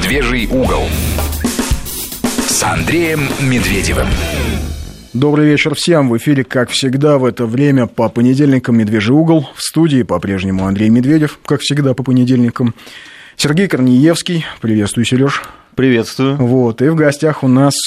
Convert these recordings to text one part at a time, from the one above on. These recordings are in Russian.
«Медвежий угол» с Андреем Медведевым. Добрый вечер всем. В эфире, как всегда, в это время по понедельникам «Медвежий угол». В студии по-прежнему Андрей Медведев, как всегда, по понедельникам. Сергей Корнеевский. Приветствую, Сереж. Приветствую. Вот. И в гостях у нас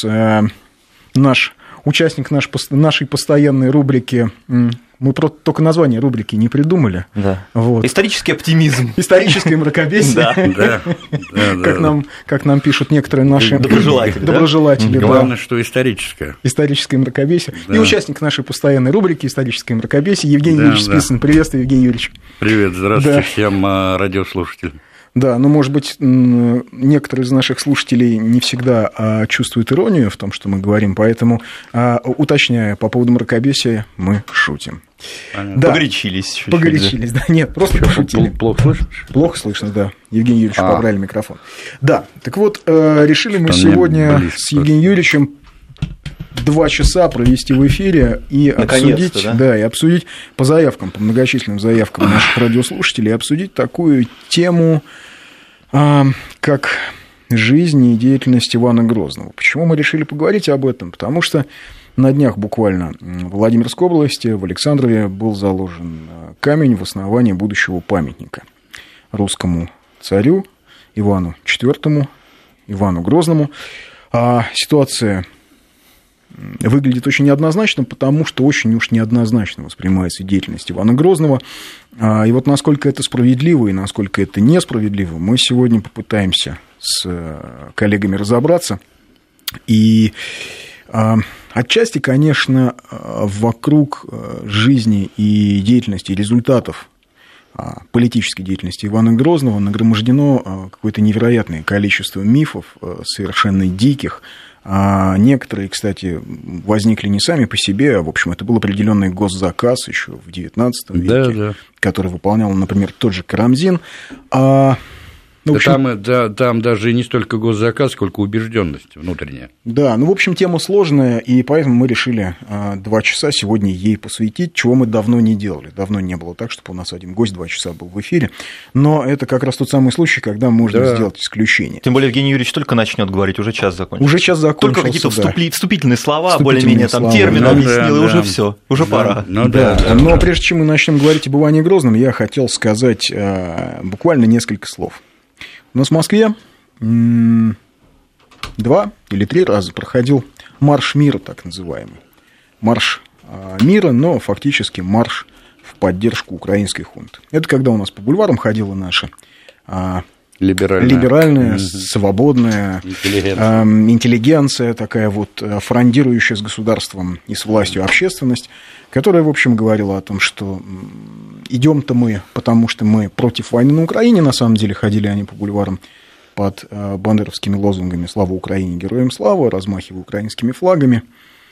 наш участник нашей постоянной рубрики. Мы только название рубрики не придумали. Да. Вот. Исторический оптимизм. Историческое мракобесие. Да. Как нам пишут некоторые наши доброжелатели. Главное, что историческое. Историческое мракобесие. И участник нашей постоянной рубрики «Историческое мракобесие» Евгений Юрьевич Спицын. Приветствую, Евгений Юрьевич. Привет, здравствуйте всем радиослушателям. Да, ну, может быть, некоторые из наших слушателей не всегда чувствуют иронию в том, что мы говорим, поэтому, уточняя по поводу мракобесия, мы шутим. Да. Погорячились. Чуть-чуть, погорячились, да. Нет, просто пошутили. Плохо слышно? Плохо слышно, да. Евгений Юрьевич побрали микрофон. Да, так вот, решили мы сегодня с Евгением Юрьевичем 2 часа провести в эфире и обсудить, и обсудить по заявкам, по многочисленным заявкам наших радиослушателей, обсудить такую тему, как жизнь и деятельность Ивана Грозного. Почему мы решили поговорить об этом? Потому что на днях буквально в Владимирской области, в Александрове, был заложен камень в основании будущего памятника русскому царю Ивану IV, Ивану Грозному. Ситуация выглядит очень неоднозначно, потому что очень уж неоднозначно воспринимается деятельность Ивана Грозного. И вот насколько это справедливо и насколько это несправедливо, мы сегодня попытаемся с коллегами разобраться. И отчасти, конечно, вокруг жизни и деятельности, результатов политической деятельности Ивана Грозного нагромождено какое-то невероятное количество мифов, совершенно диких. Некоторые, кстати, возникли не сами по себе, а, в общем, это был определенный госзаказ еще в XIX веке, который выполнял, например, тот же Карамзин. Ну, там даже не столько госзаказ, сколько убежденность внутренняя. Да, ну, в общем, тема сложная, и поэтому мы решили 2 часа сегодня ей посвятить, чего мы давно не делали. Давно не было так, чтобы у нас один гость 2 часа был в эфире, но это как раз тот самый случай, когда можно сделать исключение. Тем более Евгений Юрьевич только начнет говорить, уже час закончился. Уже час закончился, только какие-то вступительные слова, более-менее там термины объяснил, и уже все, уже пора. Но прежде чем мы начнем говорить об Иване Грозном, я хотел сказать буквально несколько слов. У нас в Москве 2 или 3 раза проходил марш мира, так называемый. Марш мира, но фактически марш в поддержку украинской хунты. Это когда у нас по бульварам ходила наша либеральная свободная интеллигенция, такая вот фрондирующая с государством и с властью общественность, которая, в общем, говорила о том, что идем-то мы, потому что мы против войны на Украине, на самом деле ходили они по бульварам под бандеровскими лозунгами «Слава Украине! Героям слава!», размахивая украинскими флагами.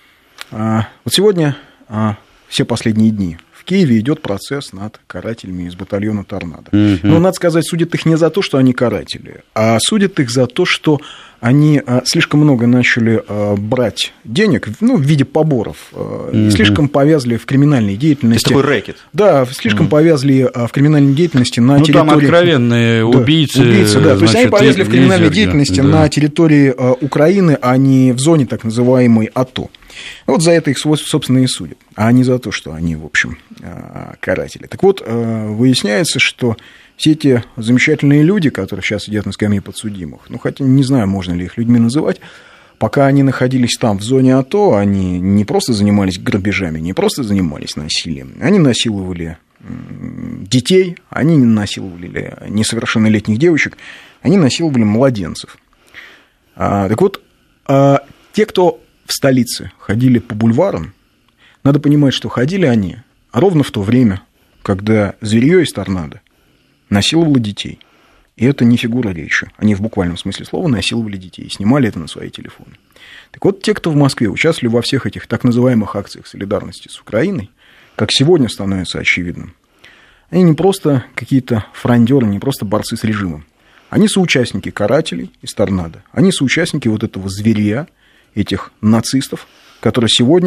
Вот сегодня, все последние дни, в Киеве идет процесс над карателями из батальона «Торнадо». Но, надо сказать, судят их не за то, что они каратели, а судят их за то, что они слишком много начали брать денег, в виде поборов, и слишком повязли в криминальной деятельности. Это такой рэкет. Да, слишком повязли в криминальной деятельности на территории... там откровенные убийцы. Да. То есть они повязли в криминальной деятельности на территории Украины, а не в зоне так называемой АТО. Вот за это их, собственно, и судят, а не за то, что они, в общем, каратели. Так вот, выясняется, что все эти замечательные люди, которые сейчас сидят на скамье подсудимых, хотя не знаю, можно ли их людьми называть, пока они находились там, в зоне АТО, они не просто занимались грабежами, не просто занимались насилием, они насиловали детей, они насиловали несовершеннолетних девочек, они насиловали младенцев. Так вот, те, кто в столице ходили по бульварам, надо понимать, что ходили они ровно в то время, когда зверьё из «Торнадо» насиловало детей. И это не фигура речи. Они в буквальном смысле слова насиловали детей и снимали это на свои телефоны. Так вот, те, кто в Москве участвовали во всех этих так называемых акциях солидарности с Украиной, как сегодня становится очевидным, они не просто какие-то фрондеры, не просто борцы с режимом. Они соучастники карателей из «Торнадо». Они соучастники вот этого зверя, этих нацистов, которые сегодня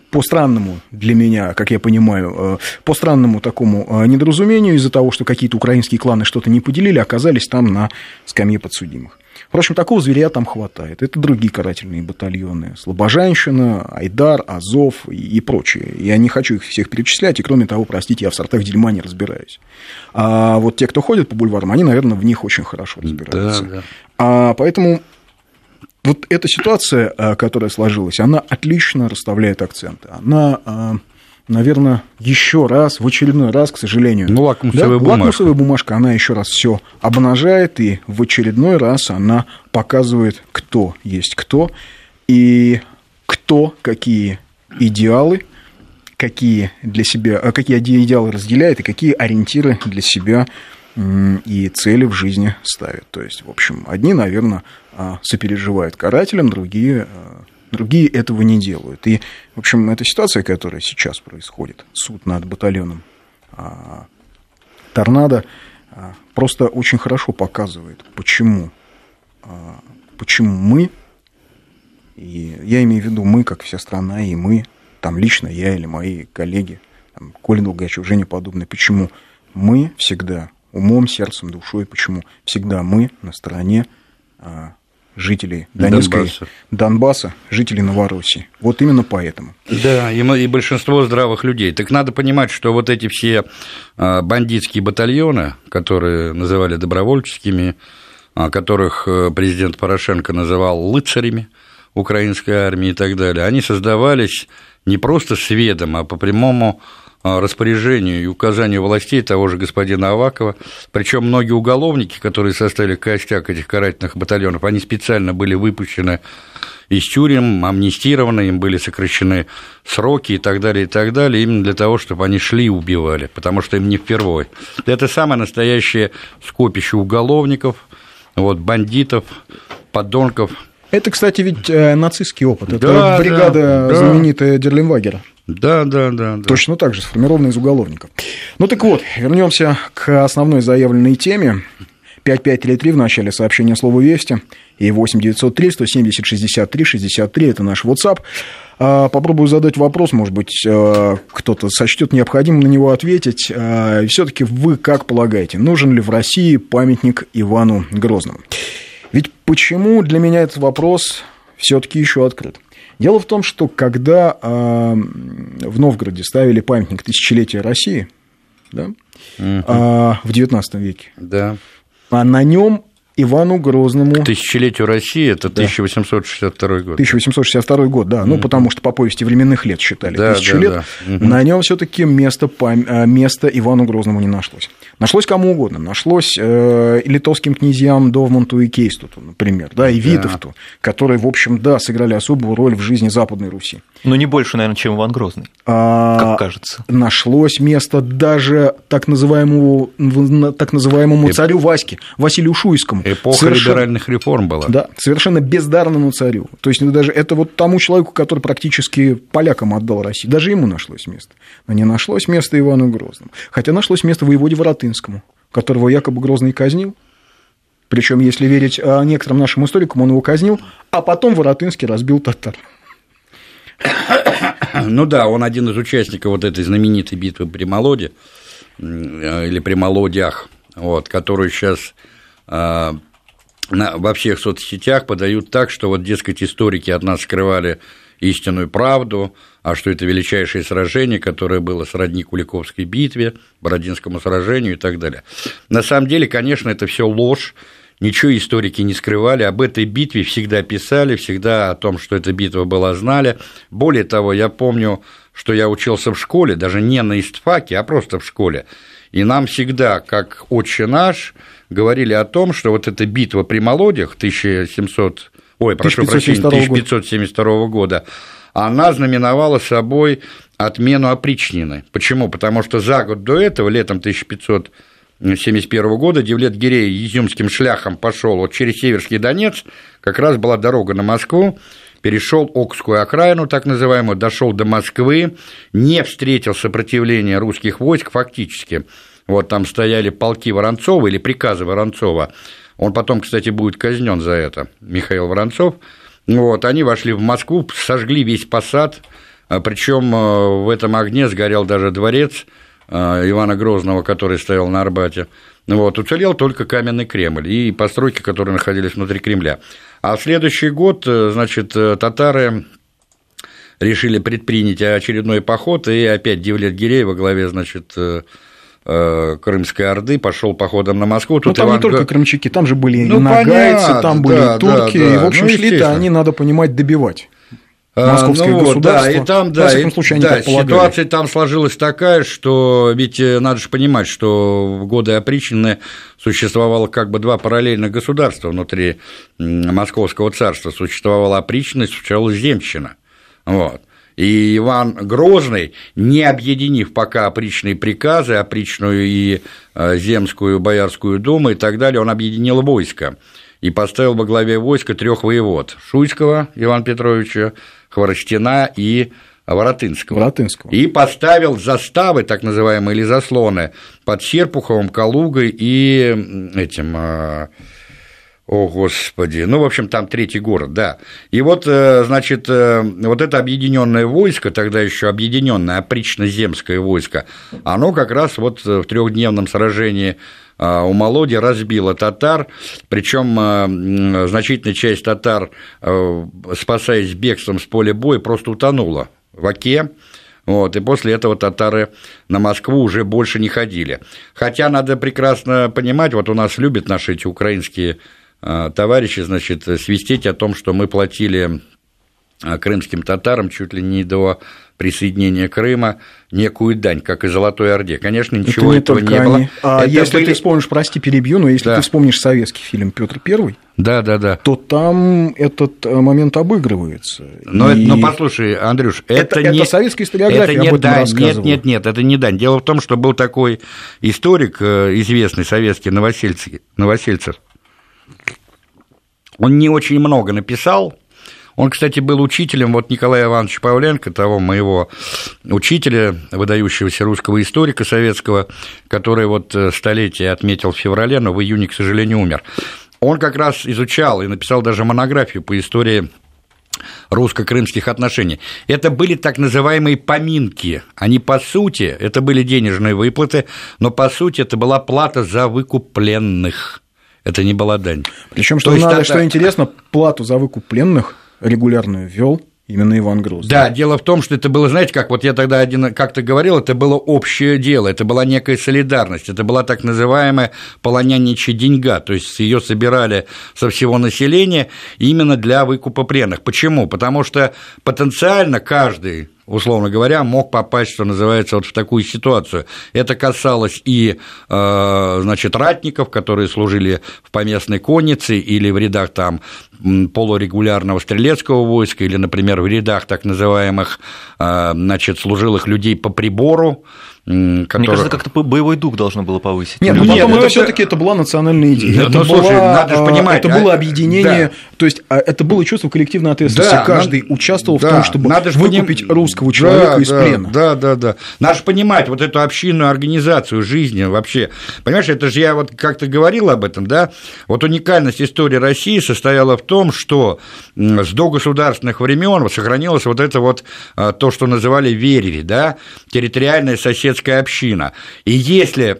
по странному для меня, как я понимаю, по странному такому недоразумению из-за того, что какие-то украинские кланы что-то не поделили, оказались там на скамье подсудимых. Впрочем, такого зверя там хватает. Это другие карательные батальоны. Слобожанщина, Айдар, Азов и прочие. Я не хочу их всех перечислять, и кроме того, простите, я в сортах дерьма не разбираюсь. А вот те, кто ходит по бульварам, они, наверное, в них очень хорошо разбираются. Да. Поэтому вот эта ситуация, которая сложилась, она отлично расставляет акценты. Она, наверное, еще раз, в очередной раз, к сожалению, лакмусовая бумажка, она еще раз все обнажает, и в очередной раз она показывает, кто есть кто, и кто какие идеалы, какие идеалы разделяет, и какие ориентиры для себя и цели в жизни ставят. То есть, в общем, одни, наверное, сопереживают карателям, другие этого не делают. И, в общем, эта ситуация, которая сейчас происходит, суд над батальоном «Торнадо», просто очень хорошо показывает, почему мы, и я имею в виду мы, как вся страна, и мы, там лично я или мои коллеги, там, Коля Долгачев, Женя Подобный, почему мы всегда умом, сердцем, душой, почему всегда мы на стороне жителей Донбасса, жителей Новороссии. Вот именно поэтому. Да, и большинство здравых людей. Так надо понимать, что вот эти все бандитские батальоны, которые называли добровольческими, которых президент Порошенко называл лыцарями украинской армии и так далее, они создавались не просто с ведома, а по прямому распоряжению и указанию властей того же господина Авакова. Причем многие уголовники, которые составили костяк этих карательных батальонов, они специально были выпущены из тюрем, амнистированы, им были сокращены сроки и так далее, именно для того, чтобы они шли и убивали, потому что им не впервой. Это самое настоящее скопище уголовников, вот, бандитов, подонков. Это, кстати, ведь нацистский опыт. Это бригада знаменитая Дерлинвагера. Да. Точно так же, сформирована из уголовников. Ну так вот, вернемся к основной заявленной теме. 5533 в начале сообщения слова «Вести» и 8903 170 63 63 – это наш WhatsApp. Попробую задать вопрос, может быть, кто-то сочтет необходимым на него ответить. Все-таки вы как полагаете, нужен ли в России памятник Ивану Грозному? Ведь почему для меня этот вопрос все-таки еще открыт? Дело в том, что когда в Новгороде ставили памятник тысячелетия России, да, в XIX веке, а на нем Ивану Грозному... К тысячелетию России это 1862 год. 1862 год, да. Ну, потому что по повести временных лет считали 1000 лет. На нем все-таки место Ивану Грозному не нашлось. Нашлось кому угодно. Нашлось литовским князьям Довмонту и Кейстуту, например, да, и Витовту, которые, в общем, да, сыграли особую роль в жизни Западной Руси. Но не больше, наверное, чем Иван Грозный, как кажется. Нашлось место даже так называемому царю Ваське, Василию Шуйскому. Эпоха либеральных реформ была. Да, совершенно бездарному царю. То есть даже это вот тому человеку, который практически полякам отдал Россию, даже ему нашлось место. Но не нашлось места Ивану Грозному. Хотя нашлось место воеводе Воротынскому, которого якобы Грозный казнил. Причем, если верить некоторым нашим историкам, он его казнил, а потом Воротынский разбил татар. Ну да, он один из участников вот этой знаменитой битвы при Молоде, или при Молодях, вот, которую сейчас во всех соцсетях подают так, что вот, дескать, историки от нас скрывали истинную правду, а что это величайшее сражение, которое было сродни Куликовской битве, Бородинскому сражению и так далее. На самом деле, конечно, это все ложь, ничего историки не скрывали, об этой битве всегда писали, всегда о том, что эта битва была, знали. Более того, я помню, что я учился в школе, даже не на истфаке, а просто в школе, и нам всегда, как «Отче наш», говорили о том, что вот эта битва при Молодях 1572 года, она знаменовала собой отмену опричнины. Почему? Потому что за год до этого, летом 1571 года, Девлет-Гирей изюмским шляхом пошел вот через Северский Донец, как раз была дорога на Москву, перешел Окскую окраину, так называемую, дошел до Москвы, не встретил сопротивления русских войск фактически. Вот там стояли полки Воронцова или приказы Воронцова. Он потом, кстати, будет казнен за это, Михаил Воронцов. Вот, они вошли в Москву, сожгли весь посад, причем в этом огне сгорел даже дворец Ивана Грозного, который стоял на Арбате. Вот, уцелел только каменный Кремль и постройки, которые находились внутри Кремля. А в следующий год, значит, татары решили предпринять очередной поход, и опять Девлет-Гирей во главе, значит, Крымской Орды пошел походом на Москву. Тут там не только крымчаки, там же были и нагайцы, там были и турки, и, в общем, шли-то они, надо понимать, добивать. Московское государство. Да, и там, во всяком случае, они так полагали. Ситуация там сложилась такая, что ведь надо же понимать, что в годы опричнины существовало как бы два параллельных государства внутри Московского царства. Существовала опричнина, существовала земщина. Вот. И Иван Грозный, не объединив пока опричные приказы, опричную и земскую Боярскую думу и так далее, он объединил войско и поставил во главе войска 3 воевод: Шуйского Ивана Петровича, Хворостина и Воротынского. И поставил заставы, так называемые, или заслоны, под Серпуховым, Калугой и этим... О, Господи, ну, в общем, там 3-й город, да. И вот, значит, вот это объединенное войско, тогда еще объединенное опрично-земское войско, оно как раз вот в 3-дневном сражении у Молоди разбило татар, причем значительная часть татар, спасаясь бегством с поля боя, просто утонула в Оке. Вот, и после этого татары на Москву уже больше не ходили. Хотя надо прекрасно понимать, вот у нас любят наши эти украинские товарищи, значит, свистеть о том, что мы платили крымским татарам чуть ли не до присоединения Крыма некую дань, как и Золотой Орде. Конечно, ничего этого не было. Если ты вспомнишь, прости, перебью, но если ты вспомнишь советский фильм «Пётр I», то там этот момент обыгрывается. Но послушай, Андрюш, это не советская историография, об этом рассказывала. Нет, это не дань. Дело в том, что был такой историк, известный советский, Новосельцев. Он не очень много написал. Он, кстати, был учителем вот Николая Ивановича Павленко, того моего учителя, выдающегося русского историка советского, который вот столетие отметил в феврале, но в июне, к сожалению, умер. Он как раз изучал и написал даже монографию по истории русско-крымских отношений. Это были так называемые поминки. Они, по сути, это были денежные выплаты, но, по сути, это была плата за выкуп пленных. Это не была дань. Причем, что интересно, плату за выкуп пленных регулярную ввел именно Иван Грозный. Да, дело в том, что это было, знаете, как вот я тогда как-то говорил, это было общее дело, это была некая солидарность, это была так называемая полонянничья деньга, то есть ее собирали со всего населения именно для выкупа пленных. Почему? Потому что потенциально каждый, условно говоря, мог попасть, что называется, вот в такую ситуацию. Это касалось и, значит, ратников, которые служили в поместной коннице или в рядах там полурегулярного стрелецкого войска, или, например, в рядах так называемых, значит, служилых людей по прибору. Мне кажется, как-то боевой дух должно было повысить. Нет, потом это всё-таки это была национальная идея. Надо же понимать. Это было объединение, то есть это было чувство коллективной ответственности. Каждый участвовал в том, чтобы выкупить русского человека из плена. Да. Надо же понимать вот эту общинную организацию жизни вообще. Понимаешь, это же я вот как-то говорил об этом, да? Вот уникальность истории России состояла в том, что с догосударственных времен сохранилось вот это вот то, что называли верери, да, территориальная соседская община. И если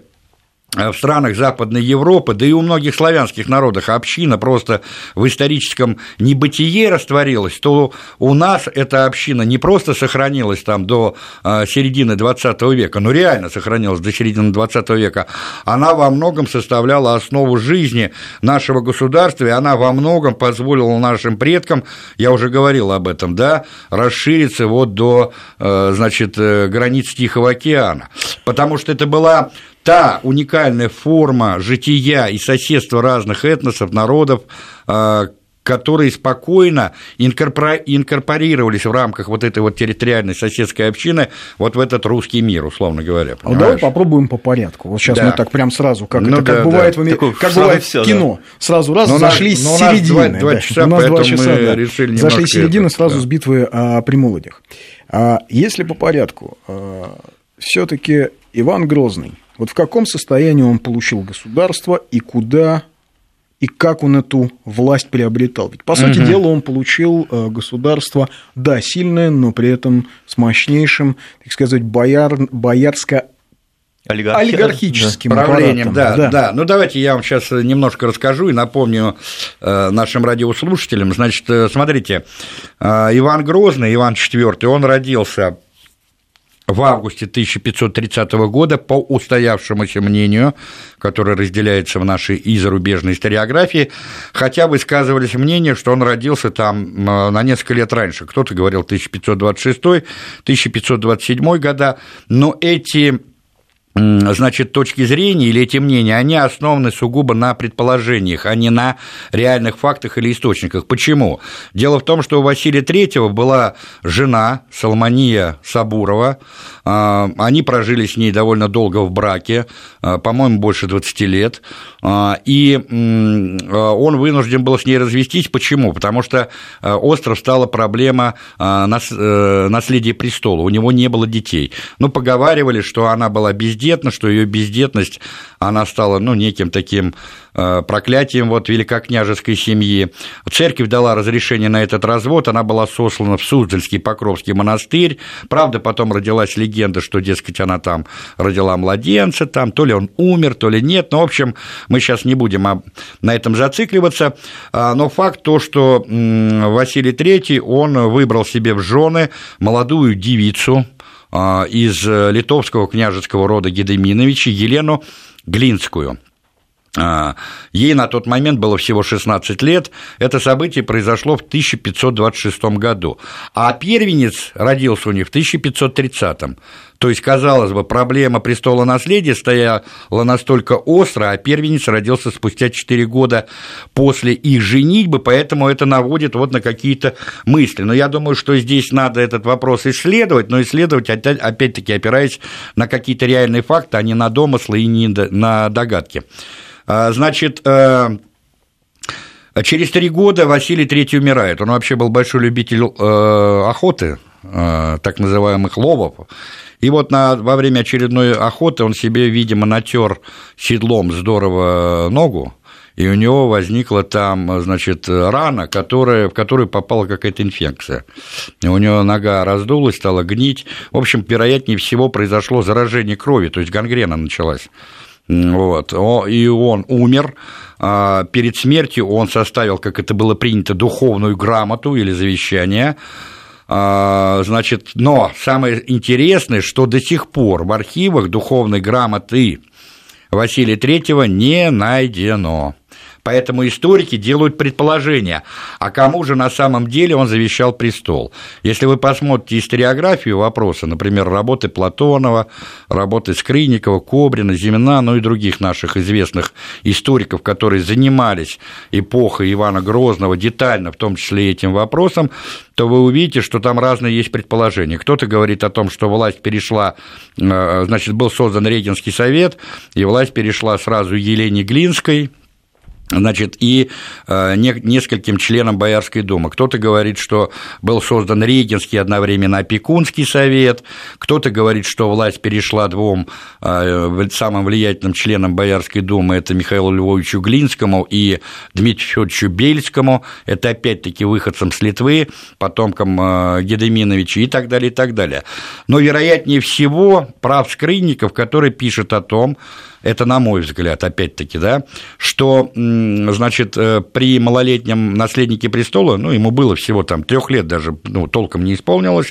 в странах Западной Европы, да и у многих славянских народов община просто в историческом небытие растворилась, то у нас эта община не просто сохранилась там до середины XX века, но реально сохранилась до середины XX века, она во многом составляла основу жизни нашего государства, и она во многом позволила нашим предкам, я уже говорил об этом, да, расшириться вот до, значит, границ Тихого океана, потому что это была та уникальная форма жития и соседства разных этносов, народов, которые спокойно инкорпорировались в рамках вот этой вот территориальной соседской общины вот в этот русский мир, условно говоря. А давай попробуем по порядку. Вот сейчас мы так прям сразу, как бывает в кино, сразу зашли с середины. 2 часа, у нас 2 часа, мы решили немножко зашли с середины сразу с битвы при Молодях. Если по порядку, все-таки Иван Грозный, вот в каком состоянии он получил государство и куда и как он эту власть приобретал. Ведь, по сути дела, он получил государство, да, сильное, но при этом с мощнейшим, так сказать, олигархическим правлением, да. Ну, давайте я вам сейчас немножко расскажу и напомню нашим радиослушателям. Значит, смотрите, Иван Грозный, Иван IV, он родился в августе 1530 года, по устоявшемуся мнению, которое разделяется в нашей и зарубежной историографии, хотя высказывались мнения, что он родился там на несколько лет раньше. Кто-то говорил 1526, 1527 года, но эти, значит, точки зрения или эти мнения, они основаны сугубо на предположениях, а не на реальных фактах или источниках. Почему? Дело в том, что у Василия III была жена Соломония Сабурова, они прожили с ней довольно долго в браке, по-моему, больше 20 лет, и он вынужден был с ней развестись. Почему? Потому что остро стала проблема наследия престола, у него не было детей. Ну, поговаривали, что она была бездетна, что ее бездетность, она стала, ну, неким таким проклятием вот великокняжеской семьи. Церковь дала разрешение на этот развод, она была сослана в Суздальский Покровский монастырь. Правда, потом родилась легенда, что, дескать, она там родила младенца, там, то ли он умер, то ли нет. Ну, в общем, мы сейчас не будем на этом зацикливаться. Но факт то, что Василий III, он выбрал себе в жены молодую девицу из литовского княжеского рода Гедеминовичей, Елену Глинскую. Ей на тот момент было всего 16 лет, это событие произошло в 1526 году, а первенец родился у них в 1530. То есть, казалось бы, проблема престола наследия стояла настолько остро, а первенец родился спустя 4 года после их женитьбы, поэтому это наводит вот на какие-то мысли. Но я думаю, что здесь надо этот вопрос исследовать, но исследовать, опять-таки, опираясь на какие-то реальные факты, а не на домыслы и не на догадки. Значит, через 3 года Василий III умирает. Он вообще был большой любитель охоты, так называемых ловов. И вот во время очередной охоты он себе, видимо, натер седлом здорово ногу, и у него возникла там, значит, рана, в которую попала какая-то инфекция. И у него нога раздулась, стала гнить. В общем, вероятнее всего произошло заражение крови, то есть гангрена началась. Вот. И он умер. Перед смертью он составил, как это было принято, духовную грамоту или завещание. Значит, но самое интересное, что до сих пор в архивах духовной грамоты Василия III не найдено. Поэтому историки делают предположение, а кому же на самом деле он завещал престол. Если вы посмотрите историографию вопроса, например, работы Платонова, работы Скрынникова, Кобрина, Зимина, ну и других наших известных историков, которые занимались эпохой Ивана Грозного детально, в том числе и этим вопросом, то вы увидите, что там разные есть предположения. Кто-то говорит о том, что власть перешла, значит, был создан Регенский совет, и власть перешла сразу Елене Глинской, значит, и нескольким членам Боярской думы. Кто-то говорит, что был создан Регенский одновременно Опекунский совет, кто-то говорит, что власть перешла 2 самым влиятельным членам Боярской думы, это Михаилу Львовичу Глинскому и Дмитрию Федоровичу Бельскому, это опять-таки выходцам с Литвы, потомкам Гедеминовича и так далее, и так далее. Но, вероятнее всего, прав Скрынников, который пишет о том, это, на мой взгляд, опять-таки, да, что, значит, при малолетнем наследнике престола, ну, ему было всего там 3 лет даже, ну, толком не исполнилось,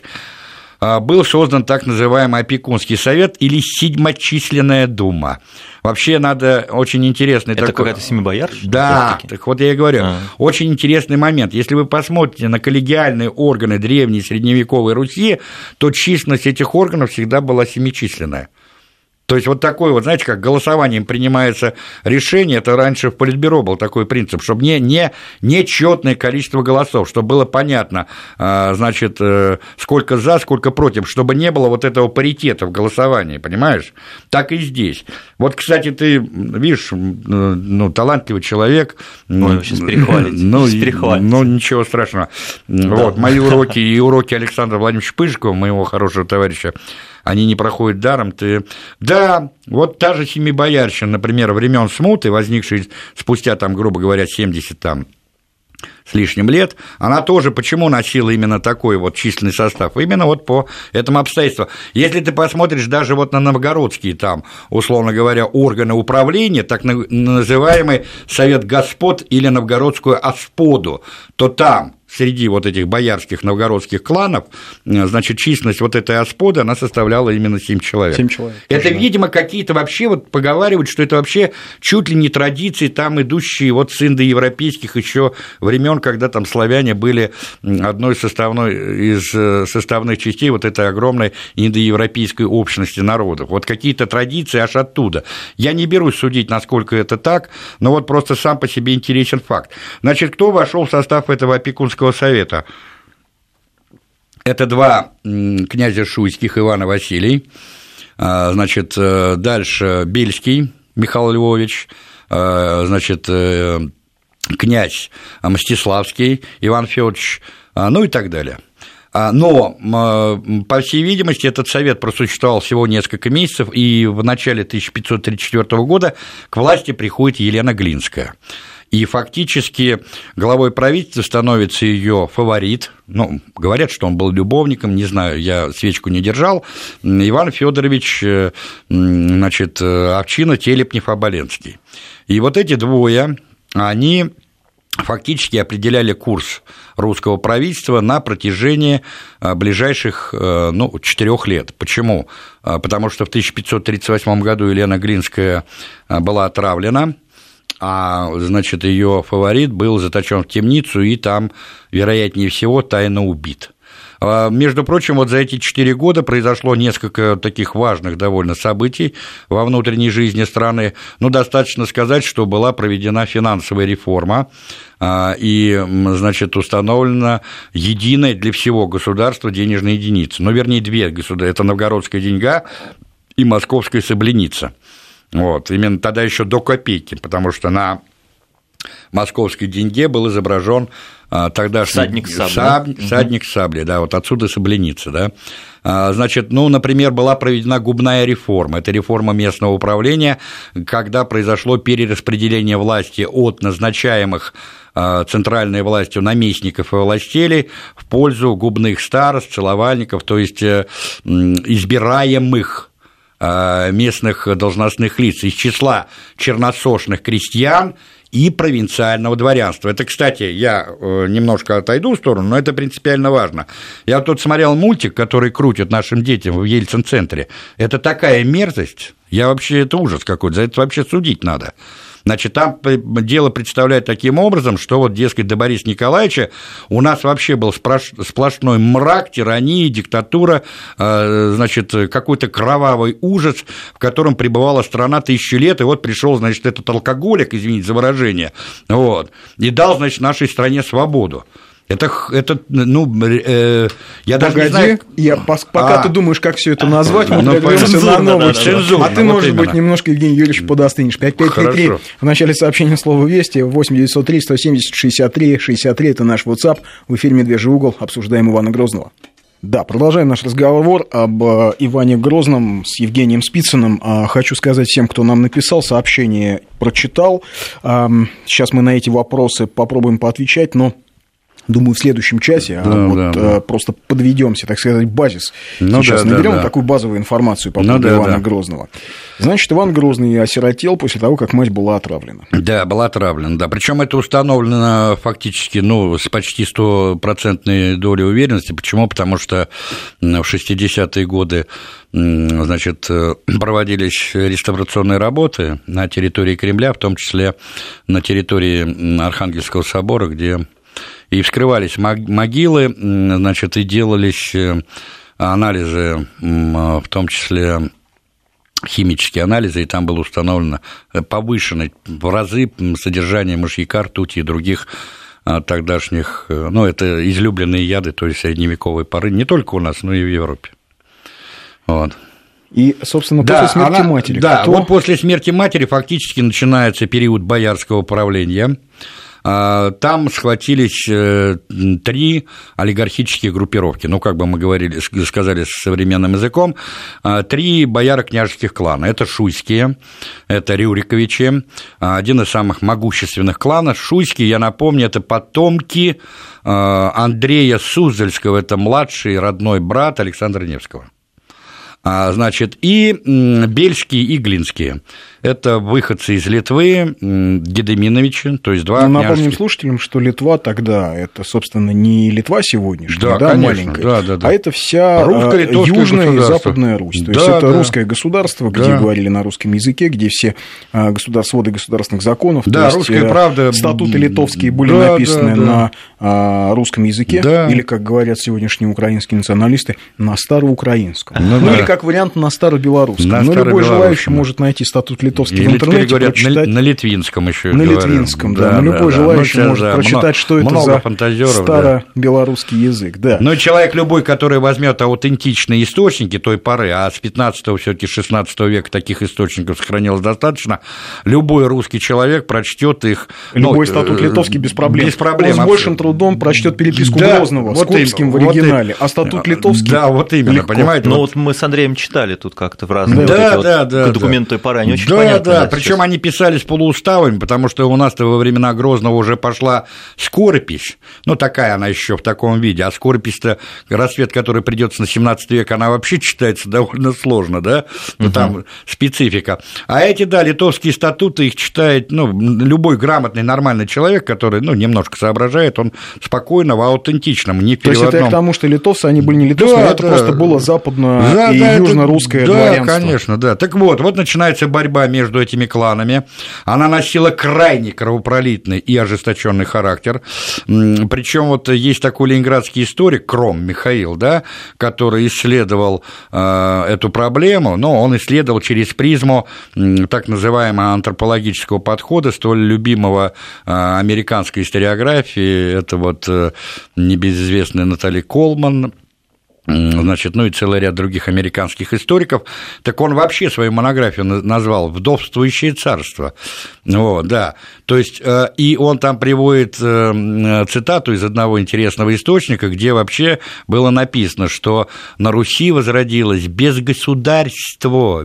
был создан так называемый Опекунский совет или Седьмочисленная дума. Вообще, надо очень интересный это такой... Это какая-то семибоярщина? Да, так вот я и говорю. Очень интересный момент. Если вы посмотрите на коллегиальные органы древней средневековой Руси, то численность этих органов всегда была семичисленная. То есть вот такое вот, знаете, как голосованием принимается решение, это раньше в Политбюро был такой принцип, чтобы не четное количество голосов, чтобы было понятно, значит, сколько за, сколько против, чтобы не было вот этого паритета в голосовании, понимаешь? Так и здесь. Вот, кстати, ты видишь, ну, талантливый человек. Ой, сейчас перехвалить. Ну, ничего страшного. Да. Вот, мои уроки и уроки Александра Владимировича Пыжикова, моего хорошего товарища, они не проходят даром. Да, вот та же семибоярщина, например, времен смуты, возникшей спустя, там, грубо говоря, 70 там, с лишним лет, она тоже почему носила именно такой вот численный состав? Именно вот по этому обстоятельству. Если ты посмотришь даже вот на новгородские там, условно говоря, органы управления, так называемый Совет Господ или Новгородскую Осподу, то там среди вот этих боярских новгородских кланов, значит, численность вот этой осподы, она составляла именно 7 человек. 7 человек. Это, видимо, какие-то вообще, вот поговаривают, что это вообще чуть ли не традиции, там идущие вот с индоевропейских еще времен, когда там славяне были одной из составных частей вот этой огромной индоевропейской общности народов. Вот какие-то традиции аж оттуда. Я не берусь судить, насколько это так, но вот просто сам по себе интересен факт. Значит, кто вошел в состав этого опекунского совета? Это 2 князя шуйских, Иван и Василий, значит, дальше Бельский Михаил Львович, значит, князь Мстиславский Иван Федорович, ну и так далее. Но, по всей видимости, этот совет просуществовал всего несколько месяцев, и в начале 1534 года к власти приходит Елена Глинская. И фактически главой правительства становится ее фаворит, ну, говорят, что он был любовником, не знаю, я свечку не держал, Иван Федорович, значит, Овчинник Телепнев-Оболенский. И вот эти двое, они фактически определяли курс русского правительства на протяжении ближайших 4 лет. Почему? Потому что в 1538 году Елена Глинская была отравлена, а, значит, ее фаворит был заточен в темницу и там, вероятнее всего, тайно убит. Между прочим, вот за эти 4 года произошло несколько таких важных довольно событий во внутренней жизни страны. Ну, достаточно сказать, что была проведена финансовая реформа, и, значит, установлена единая для всего государства денежная единица. Ну, вернее, 2 государства. Это новгородская деньга и московская сабленица. Вот, именно тогда еще до копейки, потому что на московской деньге был изображен тогдашний всадник с саблей, да, вот отсюда сабленица, да. Значит, ну, например, была проведена губная реформа, это реформа местного управления, когда произошло перераспределение власти от назначаемых центральной властью наместников и властелей в пользу губных старост, целовальников, то есть избираемых местных должностных лиц из числа черносошных крестьян и провинциального дворянства. Это, кстати, я немножко отойду в сторону, но это принципиально важно. Я тут смотрел мультик, который крутят нашим детям в Ельцин-центре. Это такая мерзость, это ужас какой-то, за это вообще судить надо. Значит, там дело представляет таким образом, что вот, дескать, до Бориса Николаевича у нас вообще был сплошной мрак, тирания, диктатура, значит, какой-то кровавый ужас, в котором пребывала страна 1000 лет, и вот пришел, значит, этот алкоголик, извините за выражение, вот, и дал, значит, нашей стране свободу. Это я даже не знаю... Пока ты думаешь, как все это назвать, мы прервемся на новую цензуру. А ты, может быть, немножко, Евгений Юрьевич, подостынешь. 5533 в начале сообщения слова «Вести», 8903 170 63 63, это наш WhatsApp, в эфире «Медвежий угол», обсуждаем Ивана Грозного. Да, продолжаем наш разговор об Иване Грозном с Евгением Спицыным. Хочу сказать всем, кто нам написал, сообщение прочитал. Сейчас мы на эти вопросы попробуем поотвечать, но... Думаю, в следующем часе просто подведемся, так сказать, базис. Сейчас наберем такую базовую информацию по поводу Ивана Грозного. Значит, Иван Грозный осиротел после того, как мать была отравлена. Да, была отравлена, да. Причем это установлено фактически, с почти 100% долей уверенности. Почему? Потому что в 60-е годы, значит, проводились реставрационные работы на территории Кремля, в том числе на территории Архангельского собора, где и вскрывались могилы, значит, и делались анализы, в том числе химические анализы, и там было установлено повышенное в разы содержание мышьяка, ртути и других тогдашних, это излюбленные яды, то есть средневековой поры, не только у нас, но и в Европе. Вот. И, собственно, после смерти матери. Да, вот после смерти матери фактически начинается период боярского правления. там схватились 3 олигархические группировки, ну, как бы мы сказали современным языком, 3 бояро-княжеских клана. Это шуйские, это Рюриковичи, один из самых могущественных кланов. Шуйские, я напомню, это потомки Андрея Суздальского, это младший родной брат Александра Невского. Значит, и бельские и глинские. Это выходцы из Литвы, Гедеминовичи, то есть 2 напомним княжеских... слушателям, что Литва тогда, это, собственно, не Литва сегодняшняя, да, маленькая, да. А это вся Южная и Западная Русь. То есть это русское государство, где говорили на русском языке, где все своды государственных законов, да, то есть правда... статуты литовские были написаны на русском языке, или, как говорят сегодняшние украинские националисты, на староукраинском. Или, как вариант, на старобелорусском. Но любой желающий может найти статут литовский в интернете, говорят, прочитать... на литвинском еще. На литвинском, да. Но любой желающий может прочитать, что это за старобелорусский язык. Да. Но человек любой, который возьмет аутентичные источники той поры, а с 15-го, все-таки 16 века таких источников сохранилось достаточно, любой русский человек прочтет их. Любой статут литовский без проблем. Он с большим трудом прочтет переписку Грозного с Курбским в оригинале, а статут литовский. Да, вот именно, понимаете. Ну вот мы с Андреем читали тут как-то в разные документы той поры, они очень понятны. Да, причем они писались полууставами, потому что у нас-то во времена Грозного уже пошла скоропись, ну, такая она еще в таком виде, а скоропись-то, рассвет, который придется на 17 век, она вообще читается довольно сложно, да, ну, там специфика. А эти, да, литовские статуты, их читает, ну, любой грамотный, нормальный человек, который, ну, немножко соображает, он спокойно, в аутентичном, не в переводном. То есть это к тому, что литовцы, они были не литовцы, это просто было западно- и южно-русское дворянство. Да, конечно, да. Так вот начинается борьба между этими кланами. Она носила крайне кровопролитный и ожесточенный характер. Причем вот есть такой ленинградский историк Кром Михаил, да, который исследовал эту проблему, но он исследовал через призму так называемого антропологического подхода, столь любимого американской историографии. Это вот небезызвестная Натали Колман, значит, ну и целый ряд других американских историков, так он вообще свою монографию назвал «Вдовствующее царство». Вот, да. То есть, и он там приводит цитату из одного интересного источника, где вообще было написано, что на Руси возродилось безгосударство.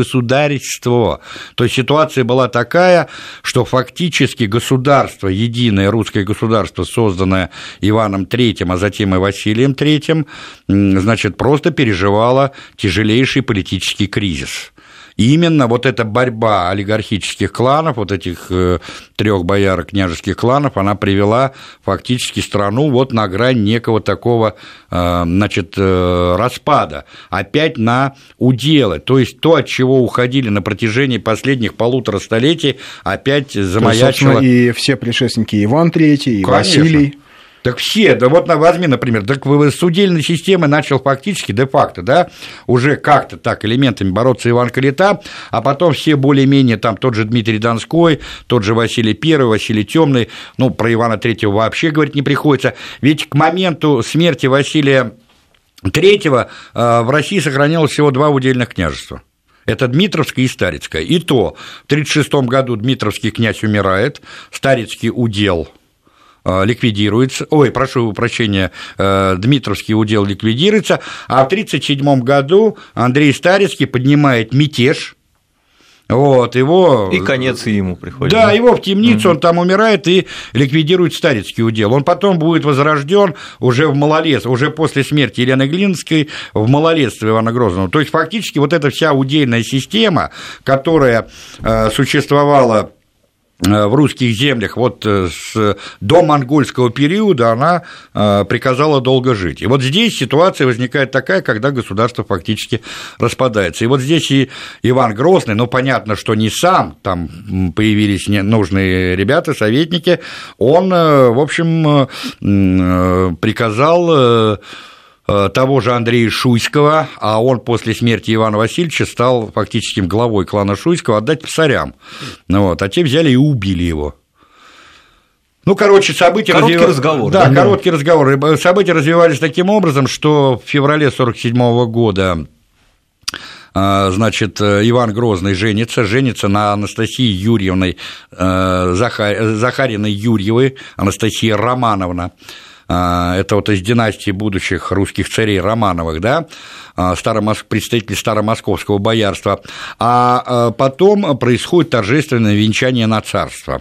То есть ситуация была такая, что фактически государство, единое русское государство, созданное Иваном III, а затем и Василием III, значит, просто переживала тяжелейший политический кризис. И именно вот эта борьба олигархических кланов, вот этих 3 бояро-княжеских кланов, она привела фактически страну вот на грань некого такого, значит, распада, опять на уделы, то есть то, от чего уходили на протяжении последних 1,5 столетий, опять замаячило. И все предшественники Иван III, и конечно. Василий. Так все, да вот возьми, например, так с удельной системой начал фактически, де-факто, да, уже как-то так элементами бороться Иван Калита, а потом все более-менее, там тот же Дмитрий Донской, тот же Василий I, Василий Темный, ну, про Ивана III вообще говорить не приходится, ведь к моменту смерти Василия III в России сохранилось всего 2 удельных княжества. Это Дмитровское и Старицкое. И то в 1936 году Дмитровский князь умирает, Старицкий удел ликвидируется, прошу прощения, Дмитровский удел ликвидируется, а в 1937 году Андрей Старицкий поднимает мятеж, вот, его... И конец ему приходит. Да, его в темницу, он там умирает и ликвидирует Старицкий удел. Он потом будет возрожден уже в малолетстве, уже после смерти Елены Глинской в малолетстве Ивана Грозного. То есть, фактически, вот эта вся удельная система, которая существовала в русских землях вот до монгольского периода, она приказала долго жить. И вот здесь ситуация возникает такая, когда государство фактически распадается. И вот здесь и Иван Грозный, ну, понятно, что не сам, там появились нужные ребята, советники, он, в общем, приказал того же Андрея Шуйского, а он после смерти Ивана Васильевича стал фактически главой клана Шуйского, отдать царям. Вот, а те взяли и убили его. Ну, короче, события... Короткий разговор. Да, короткий разговор. События развивались таким образом, что в феврале 1947 года значит, Иван Грозный женится на Анастасии Юрьевной, Захариной Юрьевой, Анастасия Романовна. Это вот из династии будущих русских царей Романовых, да, представитель старомосковского боярства, а потом происходит торжественное венчание на царство.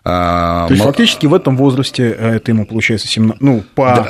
То есть, фактически в этом возрасте это ему получается 17, да,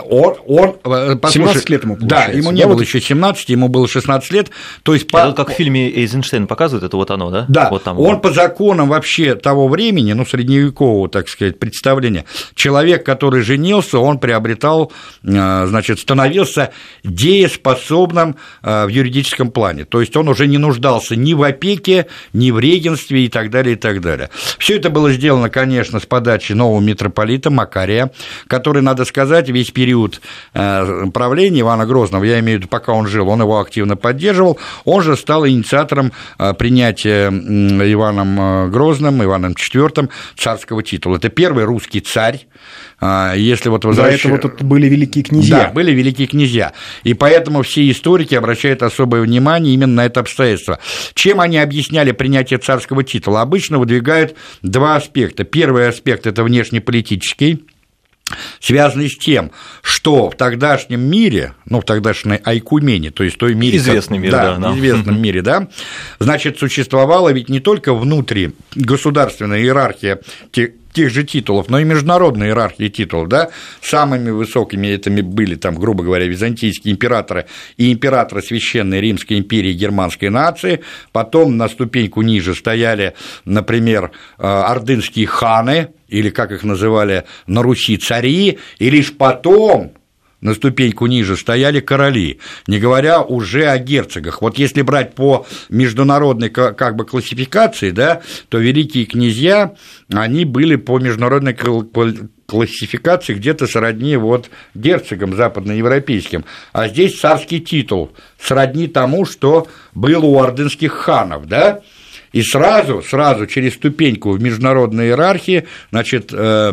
послушай, 17 лет ему получается. Да, ему не было еще 17, ему было 16 лет. То есть, это как в фильме Эйзенштейн показывает, это вот оно, да? Да, вот там он по законам вообще того времени, средневекового, так сказать, представления, человек, который женился, он приобретал, значит, становился дееспособным в юридическом плане. То есть, он уже не нуждался ни в опеке, ни в регенстве и так далее, и так далее. Все это было сделано, конечно, с подачи нового митрополита Макария, который, надо сказать, весь период правления Ивана Грозного, я имею в виду, пока он жил, он его активно поддерживал, он же стал инициатором принятия Иваном Грозным, Иваном IV царского титула. Это первый русский царь, если вот возвращаться... До этого тут были великие князья. Да, были великие князья, и поэтому все историки обращают особое внимание именно на это обстоятельство. Чем они объясняли принятие царского титула? Обычно выдвигают два аспекта. Первый аспект – это внешнеполитический, связанный с тем, что в тогдашнем мире, в тогдашней айкумене, то есть в той мире, известном мире, известном мире, да, значит, существовала ведь не только внутригосударственная иерархия тех же титулов, но и международная иерархия титулов, да, самыми высокими этими были, там, грубо говоря, византийские императоры и императоры Священной Римской империи германской нации, потом на ступеньку ниже стояли, например, ордынские ханы, или, как их называли на Руси, цари, и лишь потом на ступеньку ниже стояли короли, не говоря уже о герцогах. Вот если брать по международной как бы классификации, да, то великие князья, они были по международной классификации где-то сродни вот герцогам западноевропейским, а здесь царский титул сродни тому, что было у ордынских ханов, да, и сразу через ступеньку в международной иерархии, значит,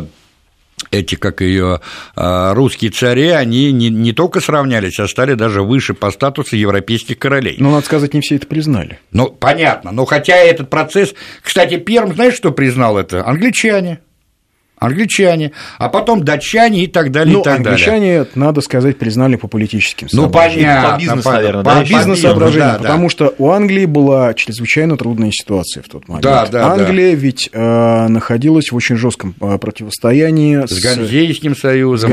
эти, как ее русские цари, они не только сравнялись, а стали даже выше по статусу европейских королей. Но, надо сказать, не все это признали. Понятно, но хотя этот процесс... Кстати, первым, знаешь, что признал это? Англичане, а потом датчане и так далее, и так далее. Англичане, надо сказать, признали по политическим соображениям. Понятно. По бизнесу, наверное, по бизнес-соображениям, потому что у Англии была чрезвычайно трудная ситуация в тот момент. Англия ведь находилась в очень жестком противостоянии с Ганзейским союзом,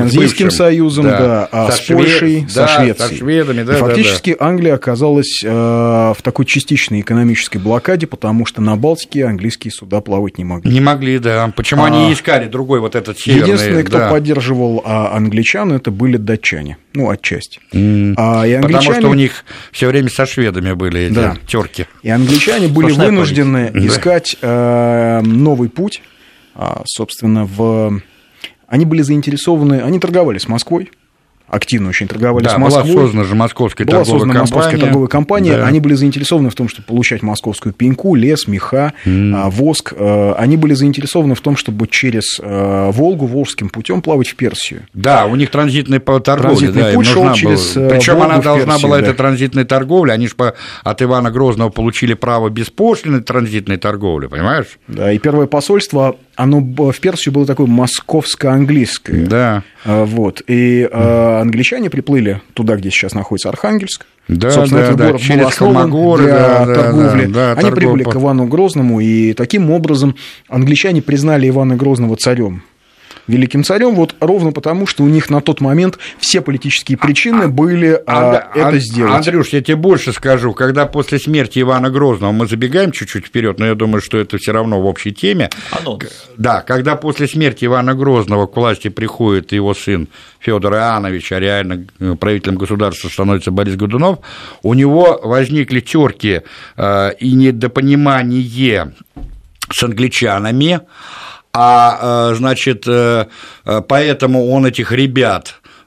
с Польшей, со Швецией. Со шведами, и фактически Англия оказалась в такой частичной экономической блокаде, потому что на Балтике английские суда плавать не могли. Не могли, да. Почему они искали другой вот этот северный... Единственный, кто поддерживал англичан, это были датчане, отчасти. Потому что у них все время со шведами были эти терки. И англичане были вынуждены искать новый путь, собственно, они были заинтересованы, они торговали с Москвой, активно очень торговали с Москвой. Была создана же московская торговая компания. Они были заинтересованы в том, чтобы получать московскую пеньку, лес, меха, воск. Они были заинтересованы в том, чтобы через Волгу, Волжским путем плавать в Персию. Да, у них транзитная торговля. Транзитный путь шел через Причем Волгу, она должна Персию, была, эта транзитная торговля, они же от Ивана Грозного получили право беспошлиной транзитной торговли, понимаешь? Да, и первое посольство, оно в Персию было такое московско-английское. Да. И англичане приплыли туда, где сейчас находится Архангельск. Собственно, этот город был основан для торговли. Они прибыли к Ивану Грозному, и таким образом англичане признали Ивана Грозного царем. Великим царем, ровно потому, что у них на тот момент все политические причины были это сделать. Андрюш, я тебе больше скажу, когда после смерти Ивана Грозного, мы забегаем чуть-чуть вперед, но я думаю, что это все равно в общей теме. Да, когда после смерти Ивана Грозного к власти приходит его сын Федор Иоаннович, а реально правителем государства становится Борис Годунов, у него возникли терки и недопонимание с англичанами. Значит, поэтому он этих ребят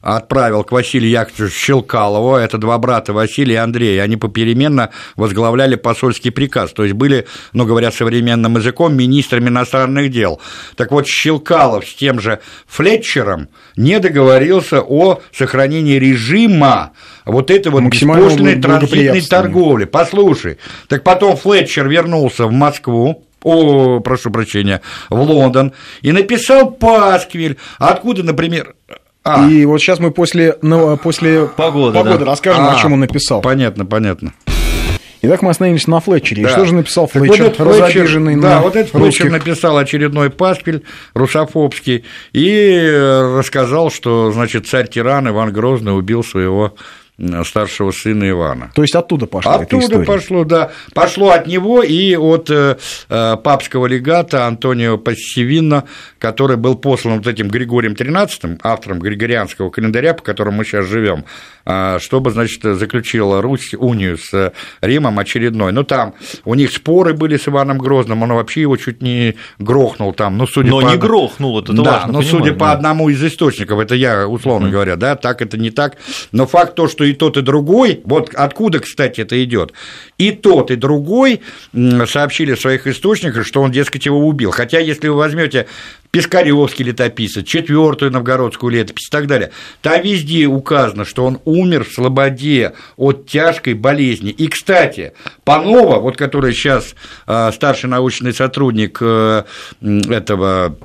отправил к Василию Яковлевичу Щелкалову, это два брата Василий и Андрей, они попеременно возглавляли посольский приказ, то есть были, ну, говоря современным языком, министрами иностранных дел. Так вот, Щелкалов с тем же Флетчером не договорился о сохранении режима вот этой вот беспошлиной транзитной торговли. Послушай, так потом Флетчер вернулся в Москву, прошу прощения, в Лондон, и написал пасквиль, откуда, например... И вот сейчас мы после погоды расскажем, о чем он написал. Понятно. Итак, мы остановились на Флетчере. Да. И что же написал Флетчер, разобиженный на вот этот Флетчер написал очередной пасквиль русофобский и рассказал, что, значит, царь-тиран Иван Грозный убил своего старшего сына Ивана. То есть оттуда пошла эта история? Оттуда пошло, да. Пошло от него и от папского легата Антонио Пассивино, который был послан вот этим Григорием XIII, автором Григорианского календаря, по которому мы сейчас живем, чтобы, значит, заключила Русь унию с Римом очередной. Ну, там у них споры были с Иваном Грозным, он вообще его чуть не грохнул там. Не грохнул, это важно. Но судя по одному из источников, это я условно говоря, да, так это не так, но факт то, что и тот, и другой, вот откуда, кстати, это идет, и тот, и другой сообщили в своих источниках, что он, дескать, его убил. Хотя, если вы возьмете Пискарёвский летописец, 4-ю новгородскую летопись и так далее, там везде указано, что он умер в Слободе от тяжкой болезни. И, кстати, Панова, вот который сейчас старший научный сотрудник этого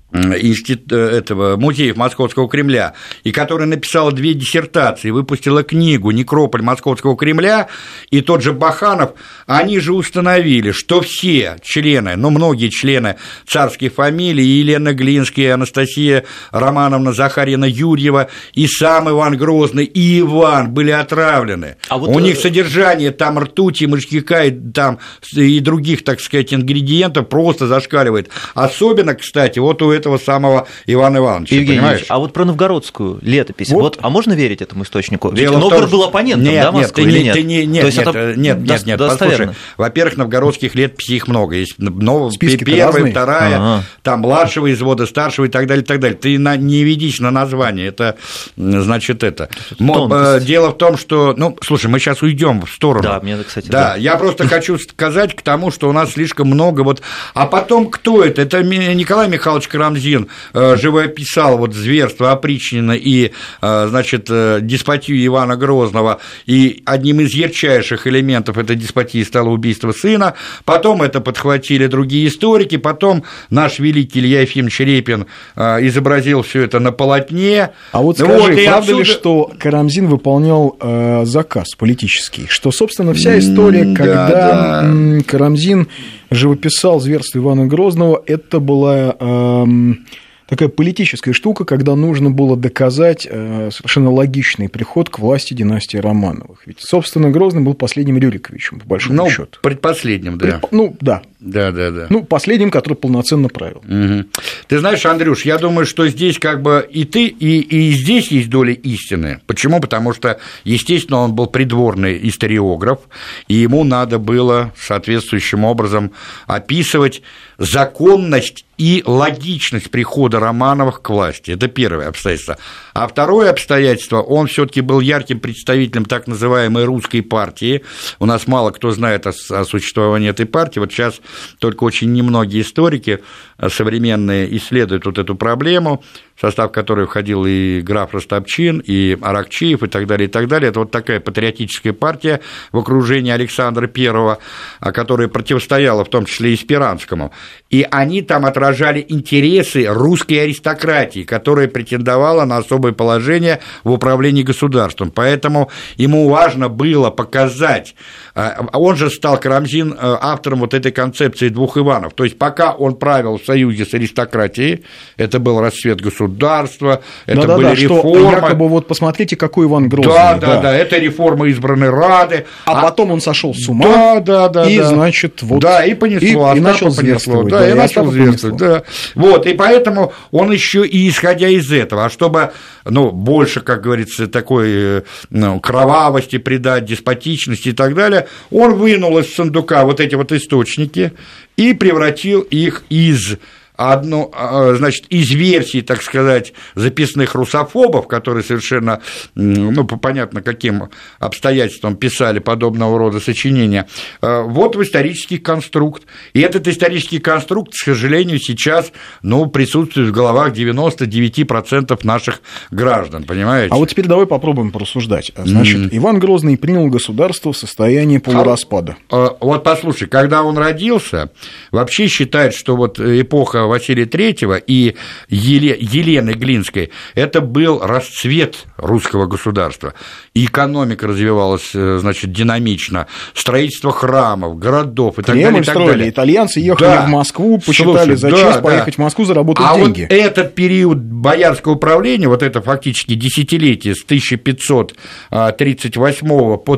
музеев Московского Кремля, и которая написала 2 диссертации, выпустила книгу «Некрополь Московского Кремля», и тот же Баханов, они же установили, что все члены, многие члены царских фамилий, Елена Глинская, Анастасия Романовна Захарьевна Юрьева, и сам Иван Грозный, и Иван были отравлены. У них содержание там ртути, мышьяка и других, так сказать, ингредиентов просто зашкаливает. Особенно, кстати, вот у этого самого Ивана Ивановича, Евгений Ильич, а вот про новгородскую летопись, а можно верить этому источнику? Ведь Новгород был оппонентом, Москвы или нет? Нет, послушай, во-первых, новгородских летописей их много, есть первая, вторая, там младшего извода, старшего и так далее, и так далее. Ты не ведись на название, это, значит, это. Дело в том, что, слушай, мы сейчас уйдем в сторону. Да, мне, кстати, да. Я просто хочу сказать к тому, что у нас слишком много а потом кто это? Это Николай Михайлович Карамзин живописал зверство опричнина и, значит, деспотию Ивана Грозного, и одним из ярчайших элементов этой деспотии стало убийство сына, потом это подхватили другие историки, потом наш великий Илья Ефимович Репин изобразил все это на полотне. А вот скажи, правда ли, что Карамзин выполнял заказ политический, что, собственно, вся история, когда Карамзин живописал зверство Ивана Грозного, это была такая политическая штука, когда нужно было доказать совершенно логичный приход к власти династии Романовых. Ведь, собственно, Грозный был последним Рюриковичем, по большому счету. Предпоследним, да. Да. Да. Последним, который полноценно правил. Угу. Ты знаешь, Андрюш, я думаю, что здесь и ты, и здесь есть доля истины. Почему? Потому что, естественно, он был придворный историограф, и ему надо было соответствующим образом описывать законность и логичность прихода Романовых к власти. Это первое обстоятельство. А второе обстоятельство, он все-таки был ярким представителем так называемой русской партии. У нас мало кто знает о существовании этой партии. Вот сейчас только очень немногие историки современные исследуют эту проблему, в состав которой входил и граф Ростопчин, и Аракчеев, и так далее, и так далее. Это такая патриотическая партия в окружении Александра I, которая противостояла в том числе и Спиранскому. И они там отражали интересы русской аристократии, которая претендовала на особое положение в управлении государством. Поэтому ему важно было показать, он же стал, Карамзин, автором этой концепции двух Иванов. То есть пока он правил в союзе с аристократией, это был расцвет государства, это были реформы. Что якобы посмотрите, какой Иван Грозный. Да, это реформа избранной Рады. А потом он сошел с ума, и, значит, и понесло, и начал зверствовать. И начал зверствовать, да. И поэтому он еще и исходя из этого, чтобы, больше, как говорится, такой кровавости придать, деспотичности и так далее, он вынул из сундука эти источники и превратил их из одну, значит, из версий, так сказать, записных русофобов, которые совершенно, ну, по понятно каким обстоятельствам писали подобного рода сочинения, вот в исторический конструкт. И этот исторический конструкт, к сожалению, сейчас, ну, присутствует в головах 99% наших граждан, понимаете? А вот теперь давай попробуем порассуждать. Значит, Иван Грозный принял государство в состоянии полураспада. Вот послушай, когда он родился, вообще считают, что вот эпоха Василия III и Елены Глинской – это был расцвет русского государства. И экономика развивалась, значит, динамично, строительство храмов, городов и так далее. Кремль строили, итальянцы ехали в Москву, посчитали за честь поехать в Москву, заработать деньги. Вот этот период боярского управления, вот это фактически десятилетие с 1538 по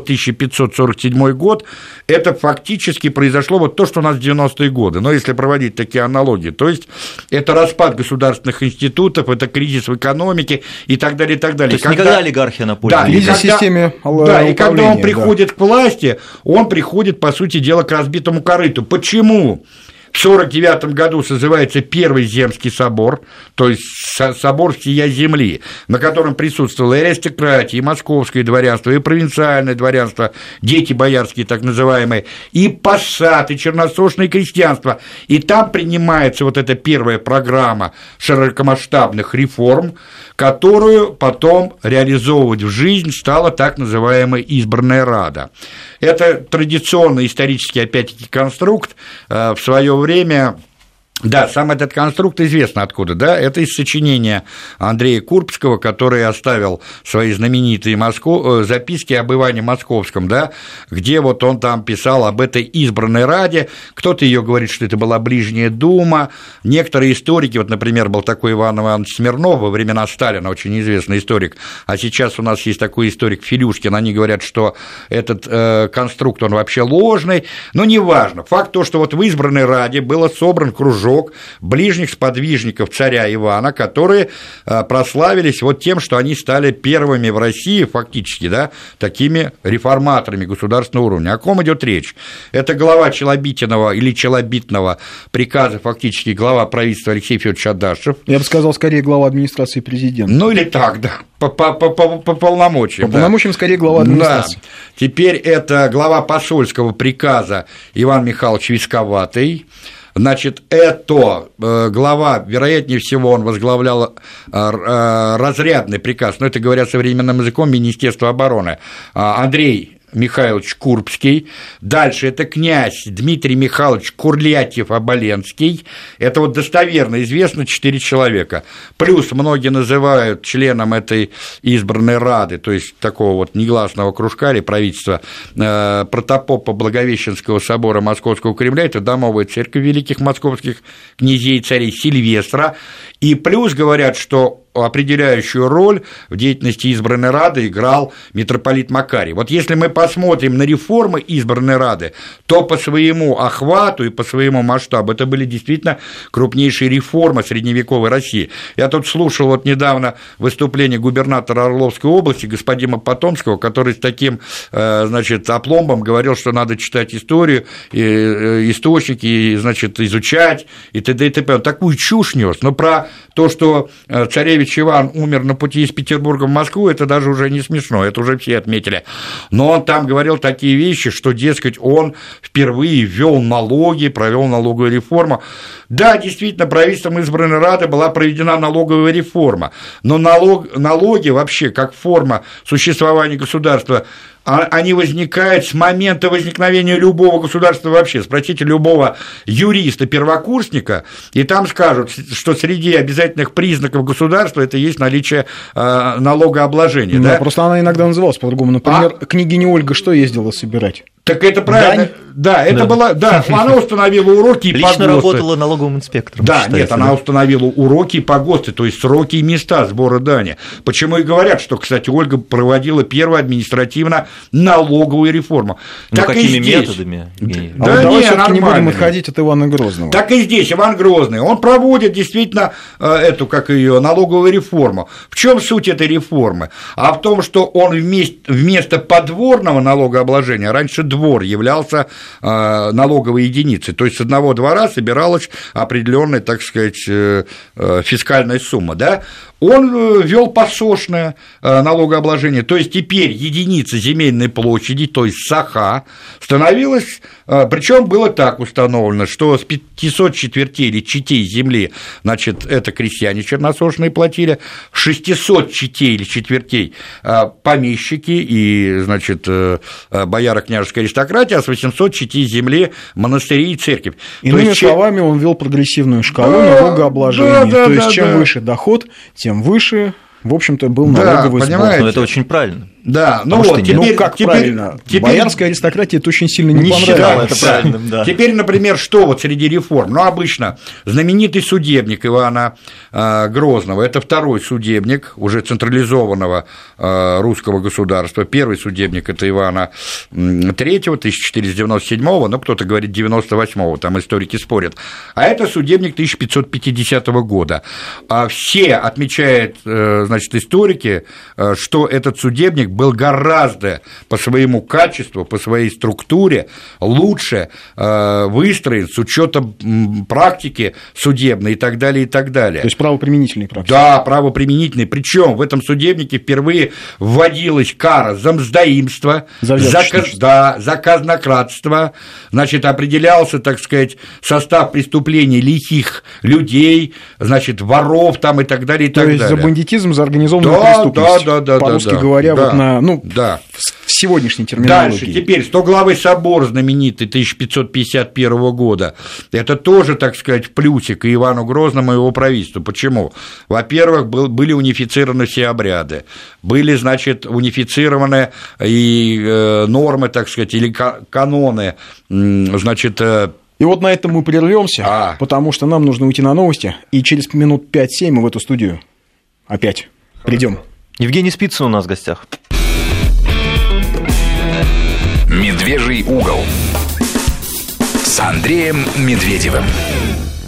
1547 год, это фактически произошло вот то, что у нас в 90-е годы, но если проводить такие аналогии, то есть это распад государственных институтов, это кризис в экономике и так далее, и так далее. То есть никогда олигархия на поле. Да, системе и когда он приходит к власти, он приходит, по сути дела, к разбитому корыту. Почему? В 1949 году созывается Первый Земский собор, то есть собор всея земли, на котором присутствовала и аристократия, и московское дворянство, и провинциальное дворянство, дети боярские так называемые, и посад, и черносошное крестьянство. И там принимается вот эта первая программа широкомасштабных реформ, которую потом реализовывать в жизнь стала так называемая избранная Рада. Это традиционный исторический, опять-таки, конструкт в свое время. Да, сам этот конструкт известно откуда, да, это из сочинения Андрея Курбского, который оставил свои знаменитые записки об Иване Московском, да, где вот он там писал об этой избранной Раде, кто-то ее говорит, что это была Ближняя Дума, некоторые историки, вот, например, был такой Иван Иванович Смирнов во времена Сталина, очень известный историк, а сейчас у нас есть такой историк Филюшкин, они говорят, что этот конструкт, он вообще ложный, но неважно, факт то, что вот в избранной Раде было собран кружок ближних сподвижников царя Ивана, которые прославились вот тем, что они стали первыми в России, фактически, да, такими реформаторами государственного уровня. О ком идет речь? Это глава Челобитного или Челобитного приказа, фактически глава правительства Алексей Федорович Адашев. Я бы сказал, скорее, глава администрации президента. Ну, или так, да, по полномочиям. По полномочиям, скорее, глава администрации. Да. Теперь это глава посольского приказа Иван Михайлович Висковатый. Значит, это глава, вероятнее всего, он возглавлял разрядный приказ, но это, говоря современным языком, Министерства обороны, Андрей Михайлович Курбский, дальше это князь Дмитрий Михайлович Курлятьев-Оболенский, это вот достоверно известно 4 человека, плюс многие называют членом этой избранной Рады, то есть такого вот негласного кружка или правительства протопопа Благовещенского собора Московского Кремля, это домовая церковь великих московских князей и царей Сильвестра, и плюс говорят, что определяющую роль в деятельности избранной Рады играл митрополит Макарий. Вот если мы посмотрим на реформы избранной Рады, то по своему охвату и по своему масштабу это были действительно крупнейшие реформы средневековой России. Я тут слушал вот недавно выступление губернатора Орловской области господина Потомского, который с таким, значит, опломбом говорил, что надо читать историю, источники, и, значит, изучать, и т.д. и т.п. Он такую чушь нес, но про то, что царевич Иван умер на пути из Петербурга в Москву, это даже уже не смешно, это уже все отметили. Но он там говорил такие вещи, что, дескать, он впервые ввел налоги, провел налоговую реформу. Да, действительно, правительством избранной Рады была проведена налоговая реформа, но налоги вообще, как форма существования государства, они возникают с момента возникновения любого государства вообще. Спросите любого юриста-первокурсника, и там скажут, что среди обязательных признаков государства это есть наличие налогообложения. Да? Просто она иногда называлась по-другому. Например, княгиня Ольга что ездила собирать? Так это правильно. Дань? Да, это была. Да, она установила уроки и погосты. Лично работала налоговым инспектором. Да, нет, она установила уроки и погосты, то есть сроки и места сбора дани. Почему и говорят, что, кстати, Ольга проводила первую административно-налоговую реформу. Ну, так какими и здесь. Методами? Да, давай всё-таки не будем отходить от Ивана Грозного. Так и здесь Иван Грозный. Он проводит действительно эту, как ее, налоговую реформу. В чем суть этой реформы? А в том, что он вместо подворного налогообложения, раньше двор являлся налоговой единицей. То есть с одного двора собиралась определенная, так сказать, фискальная сумма, да? Он ввел посошное налогообложение, то есть теперь единица земельной площади, то есть саха, становилась, причем было так установлено, что с 500 четвертей или четей земли, значит, это крестьяне черносошные платили, 600 четей или четвертей помещики и, значит, бояра княжеской аристократии, а с 800 четей земли монастыри и церковь. Иными словами, он ввел прогрессивную шкалу налогообложения, то есть чем выше доход, тем выше, в общем-то, был налоговый сбор. Но это очень правильно. Да, ну вот, теперь, как правильно? Боярская аристократия это очень сильно не понравилось. Это правильным, да. Теперь, например, что вот среди реформ? Ну, обычно знаменитый судебник Ивана Грозного, это второй судебник уже централизованного русского государства. Первый судебник – это Ивана III, 1497-го, но кто-то говорит 98-го, там историки спорят. А это судебник 1550 года. Все отмечают, значит, историки, что этот судебник был гораздо по своему качеству, по своей структуре лучше выстроен с учетом практики судебной и так далее, и так далее. То есть правоприменительной практики. Да, правоприменительной. Причем в этом судебнике впервые вводилась кара за мздоимство, за казнократство, значит, определялся, так сказать, состав преступлений лихих людей, значит, воров там и так далее, и так далее. То есть за бандитизм, за организованную преступность. По-русски говоря, вот в сегодняшней терминологии. Дальше, теперь, 100-главый собор знаменитый 1551 года, это тоже, так сказать, плюсик и Ивану Грозному, и его правительству. Почему? Во-первых, были унифицированы все обряды, были, значит, унифицированы и нормы, так сказать, или каноны, значит. И вот на этом мы прервемся, потому что нам нужно уйти на новости, и через минут 5-7 мы в эту студию опять придем. Евгений Спицын у нас в гостях. «Медвежий угол» с Андреем Медведевым.